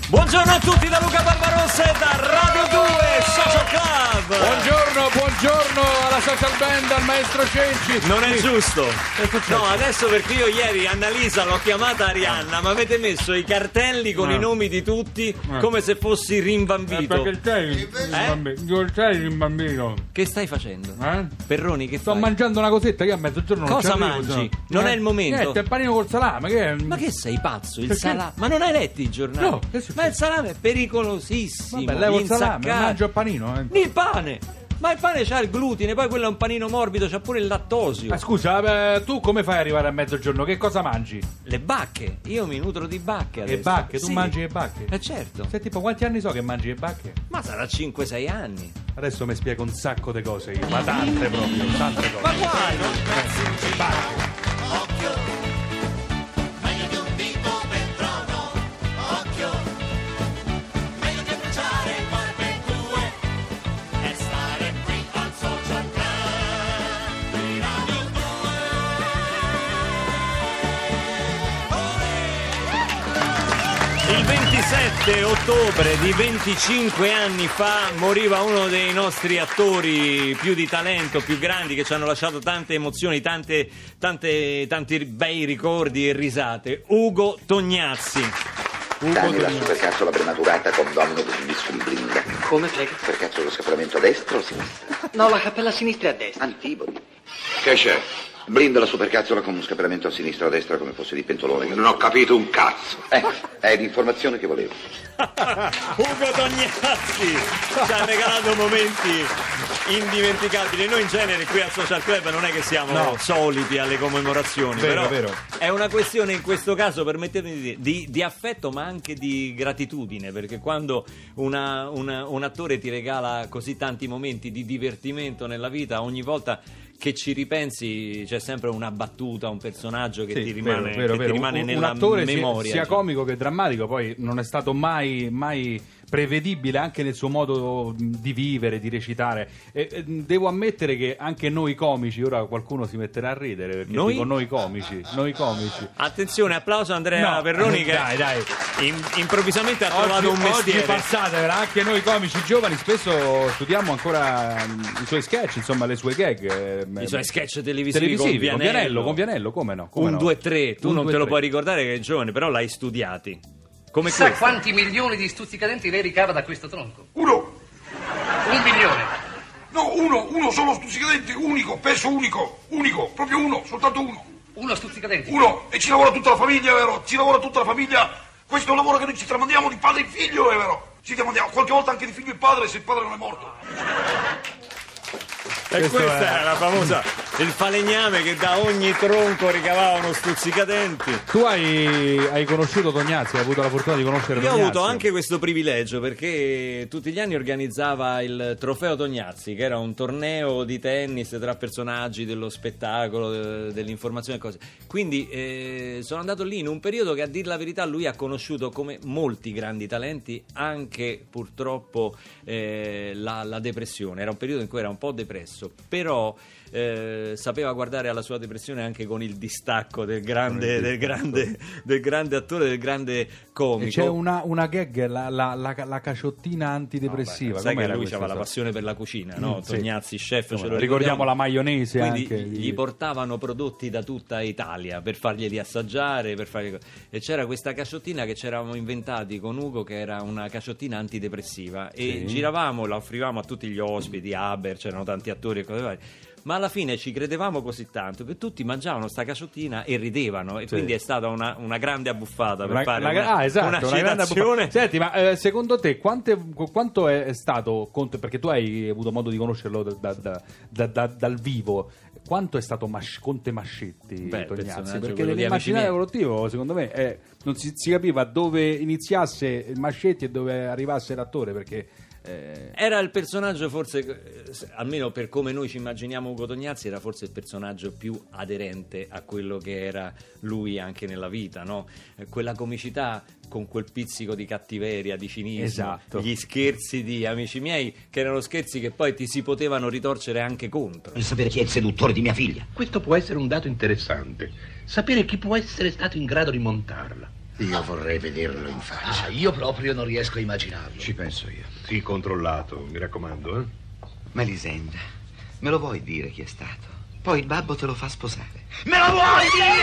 Buongiorno a tutti da Luca Barbarossa e da Radio 2 Social Club. Buongiorno alla social band, al maestro Cenci. Non è giusto. No, adesso perché io ieri Annalisa l'ho chiamata Arianna, ma avete messo i cartelli con i nomi di tutti come se fossi rimbambito. Perché sei rimbambito? Che stai facendo? Perroni, che Sto fai? mangiando una cosetta che a mezzogiorno non Cosa ci arrivo, mangi? no. Non è il momento. Niente, il panino col salame, che è? Ma che sei pazzo? Il Perché? salame? Ma non hai letto i giornali? No, che succede? Ma il salame è pericolosissimo. Vabbè, levo gli il salame, insaccati. mangio il panino. Il pane! Ma il pane c'ha il glutine, poi quello è un panino morbido, c'ha pure il lattosio. Scusa, tu come fai ad arrivare a mezzogiorno? Che cosa mangi? Le bacche, io mi nutro di bacche adesso. Le bacche? Tu Sì. mangi le bacche? Certo. Sei tipo quanti anni so che mangi le bacche? Ma sarà 5-6 anni. Adesso mi spiego un sacco di cose io, ma tante proprio, tante cose. Ma quali? Le bacche. Meglio di un dito per trono, occhio. Meglio che bruciare il barbecue e stare qui al Social Club di Radio 2. Il 27 ottobre di 25 anni fa moriva uno dei nostri attori più di talento, più grandi, che ci hanno lasciato tante emozioni, tanti bei ricordi e risate. Ugo Tognazzi. Danni la supercazzola prematurata con domino di subbisco di blinda. Come prego? Supercazzola lo scappamento a destra o a sinistra? No, la cappella a sinistra e a destra. Antipodi. Che c'è? Blinda la supercazzola con uno scappamento a sinistra o a destra come fosse di pentolone. Non ho capito un cazzo. È l'informazione che volevo. Ugo Tognazzi ci ha regalato momenti indimenticabili. Noi in genere qui al Social Club non è che siamo soliti alle commemorazioni, Vero, però vero. è una questione in questo caso, permettetemi di affetto ma anche di gratitudine, perché quando un attore ti regala così tanti momenti di divertimento nella vita, ogni volta che ci ripensi c'è sempre una battuta, un personaggio che ti rimane, vero. Ti rimane nella un attore memoria. sia comico che drammatico, poi non è stato mai prevedibile anche nel suo modo di vivere, di recitare. Devo ammettere che anche noi comici, ora qualcuno si metterà a ridere perché Noi? dico noi comici. Attenzione, applauso a Andrea No, Perroni che dai. improvvisamente ha trovato un mestiere. Oggi passatevela, anche noi comici giovani spesso studiamo ancora i suoi sketch, insomma le sue gag. I suoi sketch televisivi con Vianello, come no? Un 2-3, tu Un non te lo 2-3. puoi ricordare che è giovane, però l'hai studiati. Come Sa questo. quanti milioni di stuzzicadenti lei ricava da questo tronco? 1 milione. No, uno solo stuzzicadente, unico, peso unico, proprio uno, soltanto uno. Uno stuzzicadenti. Uno, e ci lavora tutta la famiglia, vero? Ci lavora tutta la famiglia. Questo è un lavoro che noi ci tramandiamo di padre in figlio, è vero? Ci tramandiamo, qualche volta anche di figlio in padre, se il padre non è morto. E questa è la famosa, il falegname che da ogni tronco ricavava uno stuzzicadenti. Tu hai conosciuto Tognazzi, hai avuto la fortuna di conoscere Io ho Tognazzi. avuto anche questo privilegio perché tutti gli anni organizzava il Trofeo Tognazzi, che era un torneo di tennis tra personaggi dello spettacolo, dell'informazione e cose. Quindi sono andato lì in un periodo che, a dir la verità, lui ha conosciuto, come molti grandi talenti, anche purtroppo la depressione. Era un periodo in cui era un po' depresso, però sapeva guardare alla sua depressione anche con il distacco del grande attore, del grande comico. E c'è una gag, la cacciottina antidepressiva. Sai che Com'era lui questa aveva la cosa? passione per la cucina, no? Sì. Tognazzi, chef, ce lo Ricordiamo la maionese. Quindi anche. gli portavano prodotti da tutta Italia per farglieli assaggiare, e c'era questa cacciottina che ci eravamo inventati con Ugo, che era una cacciottina antidepressiva, e giravamo, la offrivamo a tutti gli ospiti, Haber, c'erano tanti attori e cose varie. Ma alla fine ci credevamo così tanto che tutti mangiavano sta cacciottina e ridevano, e quindi è stata una grande abbuffata per fare una grande citazione. abbuffata. Senti, ma secondo te quanto è stato, perché tu hai avuto modo di conoscerlo dal vivo, quanto è stato Conte Mascetti, Tognazzi? Perché nell'immaginario evolutivo, secondo me, non si capiva dove iniziasse Mascetti e dove arrivasse l'attore, perché era il personaggio, forse, almeno per come noi ci immaginiamo Ugo Tognazzi, era forse il personaggio più aderente a quello che era lui anche nella vita, no? Quella comicità con quel pizzico di cattiveria, di cinismo, esatto. Gli scherzi di amici miei, che erano scherzi che poi ti si potevano ritorcere anche contro. Per sapere chi è il seduttore di mia figlia. Questo può essere un dato interessante. Sapere chi può essere stato in grado di montarla. Io vorrei vederlo in faccia. Io proprio non riesco a immaginarlo. Ci penso io. Sì, controllato, mi raccomando, Melisenda, me lo vuoi dire chi è stato? Poi il babbo te lo fa sposare. Me lo vuoi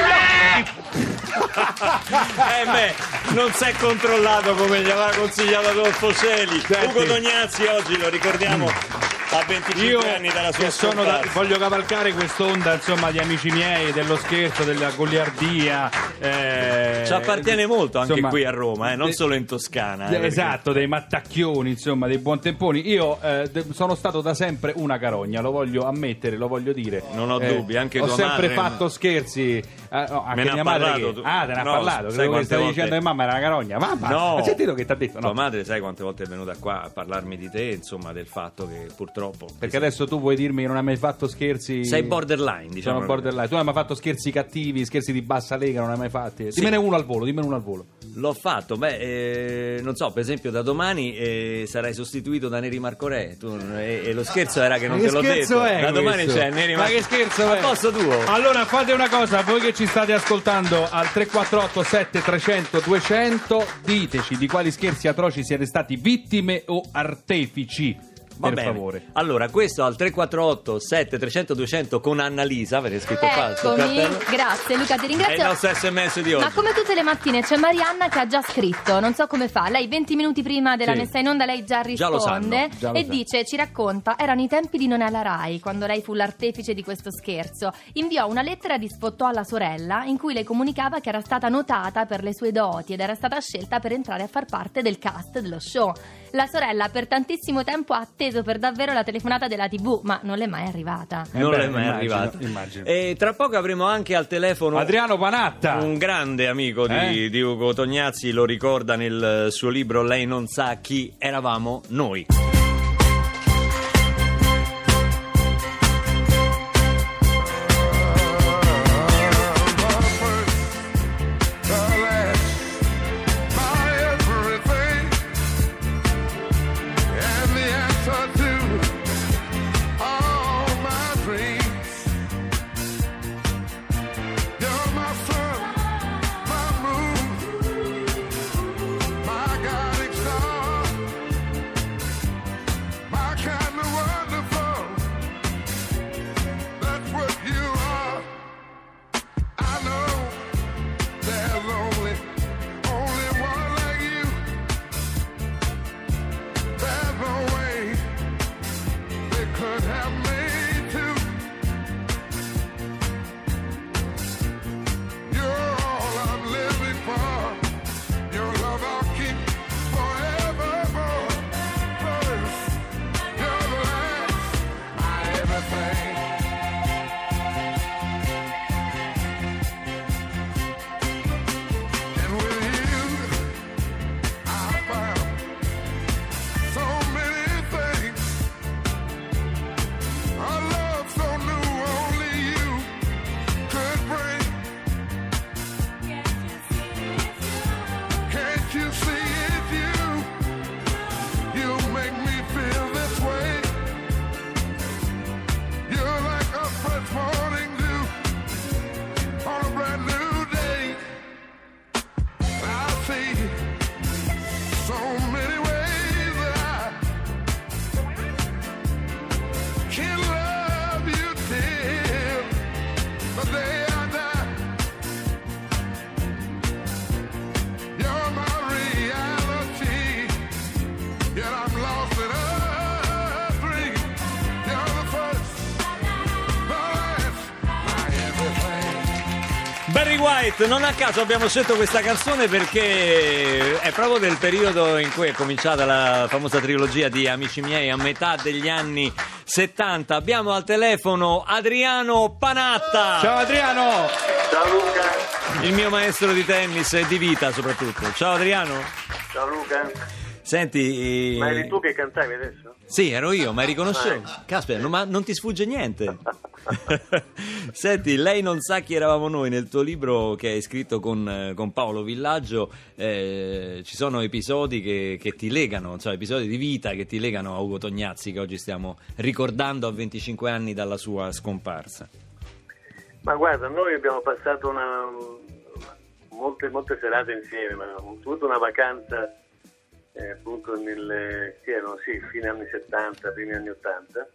dire? Non si è controllato come gli aveva consigliato Adolfo Celi. Senti. Ugo Tognazzi oggi, lo ricordiamo, a 25 anni dalla sua scomparsa. Voglio cavalcare quest'onda, insomma, di amici miei, dello scherzo, della goliardia. Ci appartiene molto anche insomma, qui a Roma, non solo in Toscana. Esatto, dei mattacchioni, insomma, dei buontemponi. Io sono stato da sempre una carogna, lo voglio ammettere, lo voglio dire. Non ho dubbi, anche ho tua sempre madre. fatto scherzi. Anche Me ne mia ha madre parlato che... tu. te ne ha No, parlato. sai Credo che quante stavi volte- dicendo che mamma era una carogna. Mamma, No. hai sentito che ti ha detto? Tua No. madre, sai quante volte è venuta qua a parlarmi di te, insomma, del fatto che purtroppo... Perché adesso tu vuoi dirmi che non hai mai fatto scherzi. sei borderline, diciamo. Sono borderline. Tu non hai mai fatto scherzi cattivi, scherzi di bassa lega, non hai mai fatti. Dimmene uno al volo. L'ho fatto, non so, per esempio da domani sarai sostituito da Neri Marco Re. E lo scherzo era che non Ma te che l'ho scherzo detto. è Da domani questo? c'è Neri Ma Marco che scherzo a è? posto tuo. Allora fate una cosa, voi che ci state ascoltando al 348 7300 200, diteci di quali scherzi atroci siete stati vittime o artefici. Va Per bene. favore. Allora, questo al 348 7300 200 con Annalisa, avete scritto qua sul Eccomi, cartello. grazie Luca, ti È il ringrazio. nostro SMS di oggi. Ma come tutte le mattine c'è Marianna che ha già scritto, non so come fa, lei 20 minuti prima della Sì. messa in onda lei già Già lo risponde sanno, già lo e sa. dice, ci racconta, erano i tempi di Non è alla Rai, quando lei fu l'artefice di questo scherzo, inviò una lettera di sfottò alla sorella in cui le comunicava che era stata notata per le sue doti ed era stata scelta per entrare a far parte del cast dello show. La sorella per tantissimo tempo ha atteso per davvero la telefonata della TV, ma non le è mai arrivata. Non beh, è mai immagino, arrivato. immagino. E tra poco avremo anche al telefono Adriano Panatta. un grande amico di Ugo Tognazzi, lo ricorda nel suo libro Lei non sa chi eravamo noi. Barry White, non a caso abbiamo scelto questa canzone perché è proprio del periodo in cui è cominciata la famosa trilogia di Amici miei a metà degli anni 70. Abbiamo al telefono Adriano Panatta. Ciao Adriano. Ciao Luca. Il mio maestro di tennis e di vita soprattutto. Ciao Adriano. Ciao Luca. Senti, Ma eri tu che cantavi adesso? Sì, ero io, ma riconoscevo. Caspita, ma non ti sfugge niente. Senti, Lei non sa chi eravamo noi. Nel tuo libro che hai scritto con Paolo Villaggio ci sono episodi che ti legano, cioè episodi di vita che ti legano a Ugo Tognazzi, che oggi stiamo ricordando a 25 anni dalla sua scomparsa. Ma guarda, noi abbiamo passato un molte serate insieme, ma ho avuto una vacanza appunto fine anni 70, primi anni 80,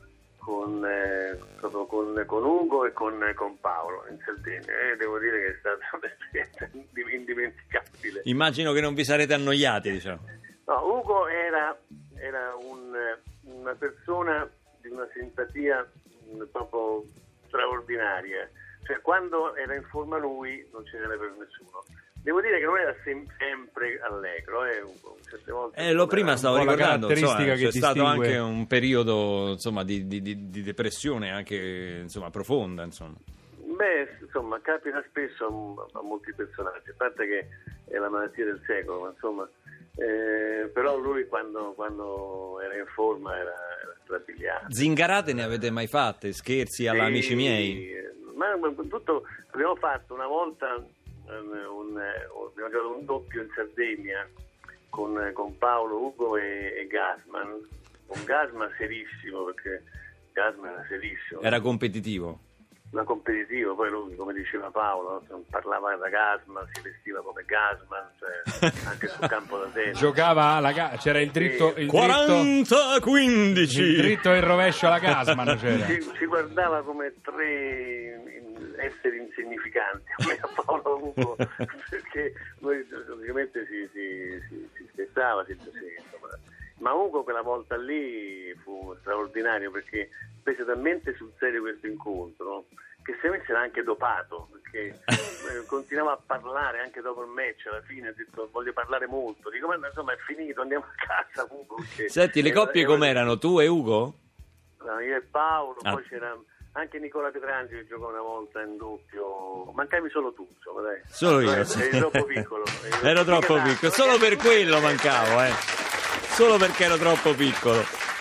proprio con Ugo e con Paolo in Sardegna, e devo dire che è stata un'esperienza indimenticabile. Immagino che non vi sarete annoiati, diciamo. No, Ugo era una persona di una simpatia proprio straordinaria, cioè quando era in forma lui non ce n'era per nessuno. Devo dire che non era sempre allegro, certe volte prima stavo ricordando, caratteristica che c'è stato distingue... anche un periodo, insomma, di depressione anche, insomma, profonda, insomma. Beh, insomma, capita spesso a molti personaggi, a parte che è la malattia del secolo, ma insomma, però lui quando era in forma era strabiliato. Zingarate ne avete mai fatte? Scherzi alla Amici miei? Ma tutto, abbiamo fatto una volta abbiamo giocato un doppio in Sardegna con Paolo, Ugo e Gassman. Un Gassman serissimo, perché Gassman era serissimo. Era competitivo? Ma competitivo, poi lui, come diceva Paolo, parlava da Gassman, si vestiva come Gassman, cioè anche sul campo da tennis. Giocava c'era il dritto, 40-15. Il dritto e il rovescio alla Gassman c'era. Si guardava come tre esseri insignificanti, a me e a Paolo Ugo, perché noi praticamente si scherzava, ma Ugo quella volta lì fu straordinario, perché prese talmente sul serio questo incontro che se me si era anche dopato, perché continuava a parlare anche dopo il match. Alla fine ha detto voglio parlare molto, dico ma insomma è finito, andiamo a casa Ugo. Senti, le coppie com'erano, tu e Ugo? No, io e Paolo, poi c'era anche Nicola Pietrangeli che giocò una volta in doppio. Mancavi solo tu, insomma, dai. Solo io. Eri troppo piccolo. Ero troppo piccolo, solo per quello mancavo, solo perché ero troppo piccolo.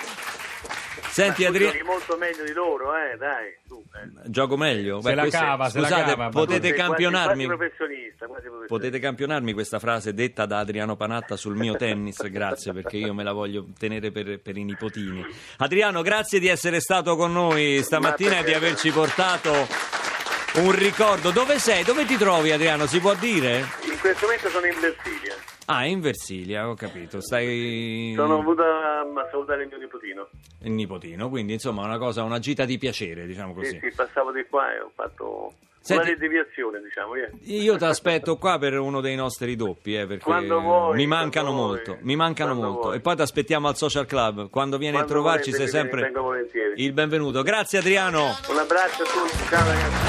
Senti, Adriano, giochi molto meglio di loro, dai, tu. Gioco meglio. Se la cava. Potete campionarmi. Quasi professionista. Potete campionarmi questa frase detta da Adriano Panatta sul mio tennis, grazie, perché io me la voglio tenere per i nipotini. Adriano, grazie di essere stato con noi stamattina e di averci portato un ricordo. Dove sei? Dove ti trovi, Adriano? Si può dire? In questo momento sono in Versilia. Ah, in Versilia, ho capito. Sono venuto a salutare il mio nipotino. Il nipotino, quindi insomma una gita di piacere, diciamo così. Sì, passavo di qua e ho fatto una deviazione, diciamo. Io ti aspetto qua per uno dei nostri doppi, perché quando vuoi, mi mancano molto. E poi ti aspettiamo al Social Club. Quando vieni a trovarci sei sempre il benvenuto. Grazie Adriano. Un abbraccio a tutti, ciao ragazzi.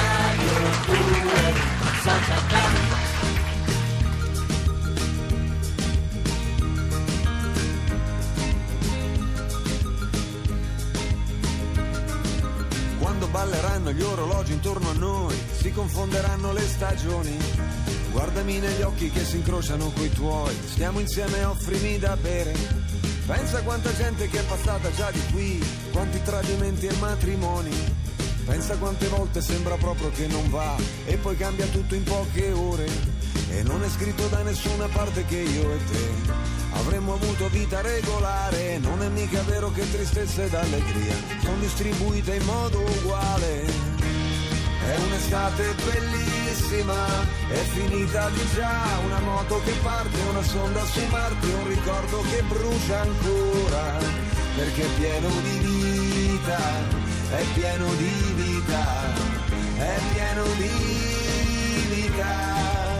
Balleranno gli orologi intorno a noi, si confonderanno le stagioni. Guardami negli occhi che si incrociano coi tuoi, stiamo insieme, offrimi da bere. Pensa quanta gente che è passata già di qui, quanti tradimenti e matrimoni. Pensa quante volte sembra proprio che non va e poi cambia tutto in poche ore. E non è scritto da nessuna parte che io e te avremmo avuto vita regolare, non è mica vero che tristezza ed allegria sono distribuite in modo uguale. È un'estate bellissima, è finita di già, una moto che parte, una sonda su Marte, un ricordo che brucia ancora, perché è pieno di vita, è pieno di vita, è pieno di vita.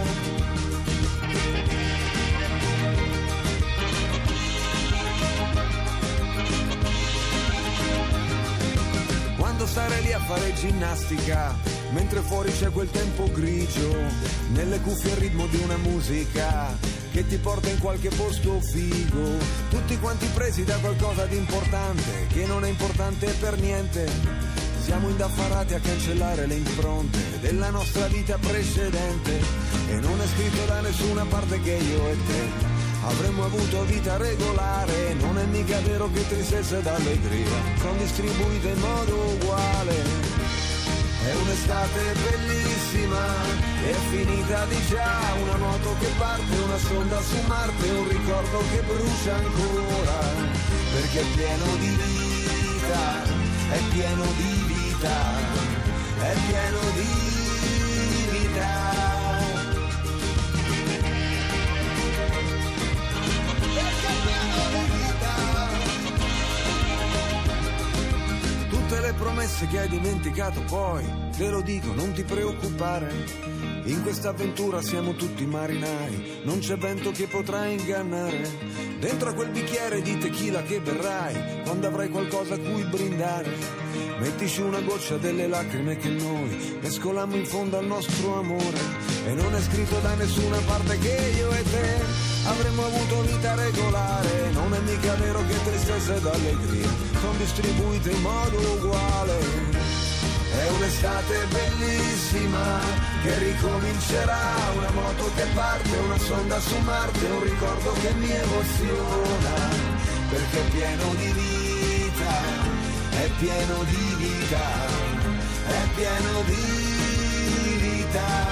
Quando stare lì a fare ginnastica, mentre fuori c'è quel tempo grigio, nelle cuffie il ritmo di una musica che ti porta in qualche posto figo, tutti quanti presi da qualcosa di importante, che non è importante per niente. Siamo indaffarati a cancellare le impronte della nostra vita precedente, e non è scritto da nessuna parte che io e te avremmo avuto vita regolare, non è mica vero che tristezza ed allegria sono distribuite in modo uguale. È un'estate bellissima, è finita di già, una moto che parte, una sonda su Marte, un ricordo che brucia ancora, perché è pieno di vita, è pieno di vita, è pieno di vita. promesse che hai dimenticato poi, te lo dico, non ti preoccupare. In questa avventura siamo tutti marinai, non c'è vento che potrà ingannare. Dentro a quel bicchiere di tequila che berrai, quando avrai qualcosa a cui brindare, mettici una goccia delle lacrime che noi mescolammo in fondo al nostro amore. E non è scritto da nessuna parte che io e te avremmo avuto vita regolare. Non è mica vero che tristezza ed allegria sono distribuite in modo uguale. È un'estate bellissima che ricomincerà, una moto che parte, una sonda su Marte, un ricordo che mi emoziona, perché è pieno di vita, è pieno di vita, è pieno di vita.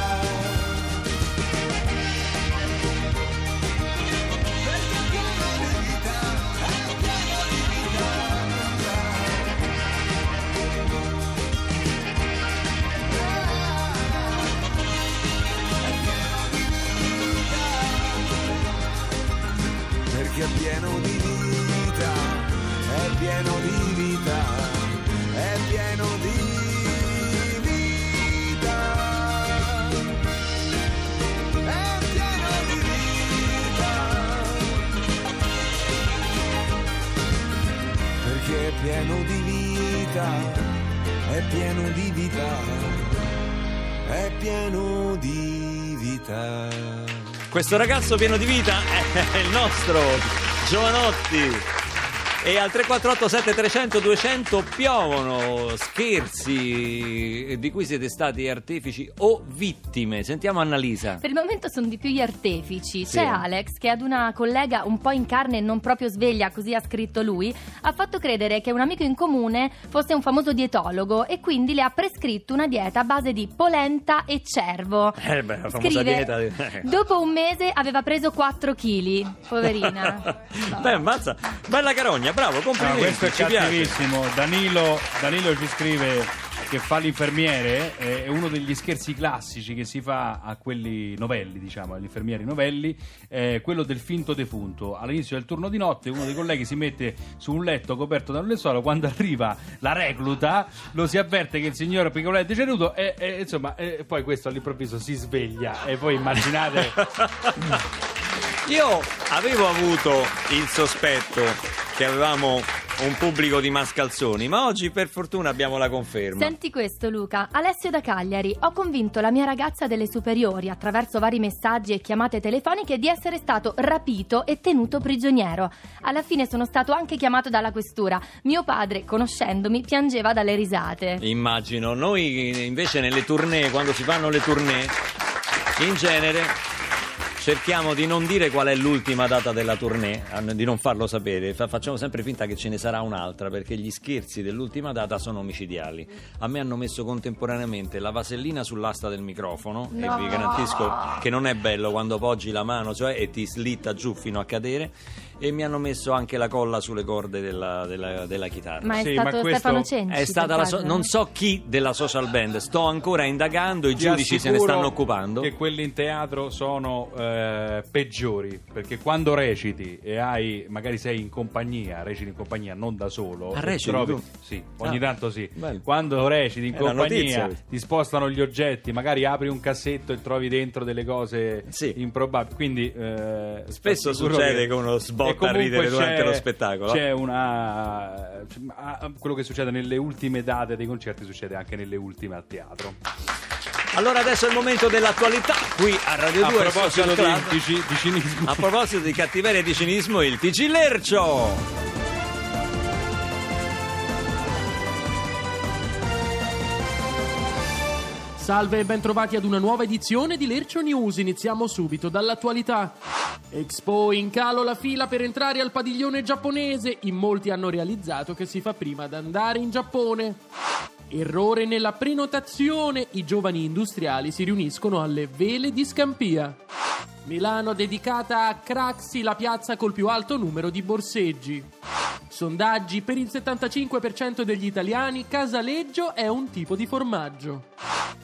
Che è pieno di vita, è pieno di vita, è pieno di vita, è pieno di vita, perché è pieno di vita, è pieno di vita, è pieno di vita. Questo ragazzo pieno di vita è il nostro Giovanotti. E al 348 7300 200 piovono scherzi di cui siete stati artefici o vittime. Sentiamo Annalisa. Per il momento sono di più gli artefici. Sì. C'è Alex che ad una collega un po' in carne e non proprio sveglia, così ha scritto lui, ha fatto credere che un amico in comune fosse un famoso dietologo e quindi le ha prescritto una dieta a base di polenta e cervo. La famosa dieta. Dopo un mese aveva preso 4 kg. Poverina. No. Beh, ammazza, bella carogna, bravo, complimenti. Questo è ci cattivissimo. piace. Danilo ci scrive che fa l'infermiere, è uno degli scherzi classici che si fa a quelli novelli, diciamo, agli infermieri novelli, quello del finto defunto. All'inizio del turno di notte uno dei colleghi si mette su un letto coperto da un lenzuolo, quando arriva la recluta lo si avverte che il signor Piccolò è deceduto e insomma poi questo all'improvviso si sveglia e poi immaginate. Io avevo avuto il sospetto che avevamo un pubblico di mascalzoni, ma oggi per fortuna abbiamo la conferma. Senti questo, Luca. Alessio da Cagliari. Ho convinto la mia ragazza delle superiori attraverso vari messaggi e chiamate telefoniche di essere stato rapito e tenuto prigioniero. Alla fine sono stato anche chiamato dalla questura. Mio padre, conoscendomi, piangeva dalle risate. Immagino. Noi invece nelle tournée, quando si fanno le tournée, in genere cerchiamo di non dire qual è l'ultima data della tournée, di non farlo sapere. Facciamo sempre finta che ce ne sarà un'altra, perché gli scherzi dell'ultima data sono omicidiali. A me hanno messo contemporaneamente la vasellina sull'asta del microfono, e vi garantisco che non è bello quando poggi la mano, cioè, e ti slitta giù fino a cadere. E mi hanno messo anche la colla sulle corde della chitarra. Ma è stato Stefano Cenci? È stata non so chi della social band, sto ancora indagando, i giudici se ne stanno occupando. Che quelli in teatro sono peggiori, perché quando reciti e magari sei in compagnia, reciti in compagnia, non da solo. Reciti? Sì, ogni tanto sì. Bello. Quando reciti in compagnia notizia. ti spostano gli oggetti, magari apri un cassetto e trovi dentro delle cose improbabili. Quindi spesso succede che uno sbotta a ridere durante lo spettacolo. C'è quello che succede nelle ultime date dei concerti succede anche nelle ultime al teatro. Allora adesso è il momento dell'attualità qui a Radio 2. A proposito di cinismo. A proposito di cattiveria e di cinismo, il TG Lercio. Salve e ben trovati ad una nuova edizione di Lercio News. Iniziamo subito dall'attualità. Expo in calo la fila per entrare al padiglione giapponese. In molti hanno realizzato che si fa prima ad andare in Giappone. Errore nella prenotazione. I giovani industriali si riuniscono alle Vele di Scampia. Milano dedicata a Craxi, la piazza col più alto numero di borseggi. Sondaggi: per il 75% degli italiani Casaleggio è un tipo di formaggio.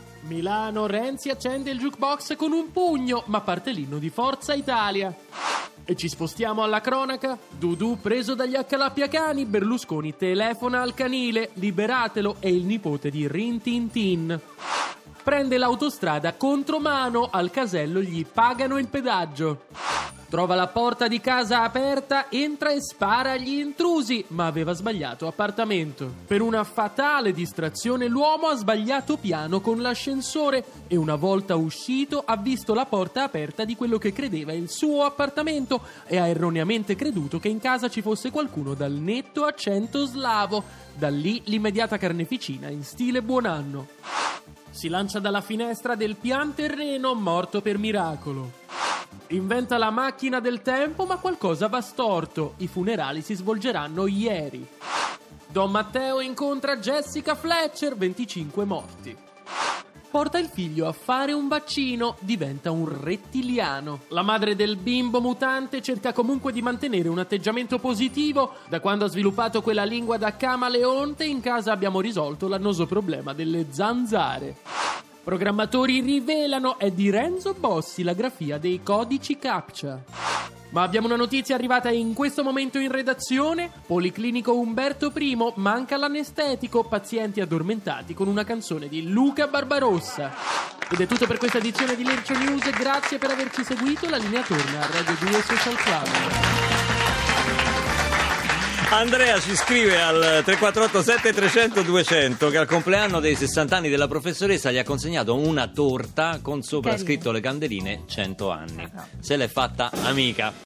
Milano, Renzi accende il jukebox con un pugno, ma parte l'inno di Forza Italia. E ci spostiamo alla cronaca. Dudu preso dagli accalappiacani, Berlusconi telefona al canile, liberatelo, è il nipote di Rin Tin Tin. Prende l'autostrada contromano, al casello gli pagano il pedaggio. Trova la porta di casa aperta, entra e spara agli intrusi, ma aveva sbagliato appartamento. Per una fatale distrazione l'uomo ha sbagliato piano con l'ascensore e una volta uscito ha visto la porta aperta di quello che credeva il suo appartamento e ha erroneamente creduto che in casa ci fosse qualcuno dal netto accento slavo. Da lì l'immediata carneficina in stile buon anno. Si lancia dalla finestra del pian terreno, morto per miracolo. Inventa la macchina del tempo, ma qualcosa va storto. I funerali si svolgeranno ieri. Don Matteo incontra Jessica Fletcher, 25 morti. Porta il figlio a fare un vaccino, diventa un rettiliano. La madre del bimbo mutante cerca comunque di mantenere un atteggiamento positivo. Da quando ha sviluppato quella lingua da camaleonte, in casa abbiamo risolto l'annoso problema delle zanzare. Programmatori rivelano è di Renzo Bossi la grafia dei codici CAPTCHA. Ma abbiamo una notizia arrivata in questo momento in redazione. Policlinico Umberto I, manca l'anestetico, pazienti addormentati con una canzone di Luca Barbarossa. Ed è tutto per questa edizione di Lercio News, grazie per averci seguito, la linea torna a Radio 2 Social Club. Andrea ci scrive al 348 7300 200 che al compleanno dei 60 anni della professoressa gli ha consegnato una torta con sopra scritto le candeline 100 anni. Se l'è fatta amica.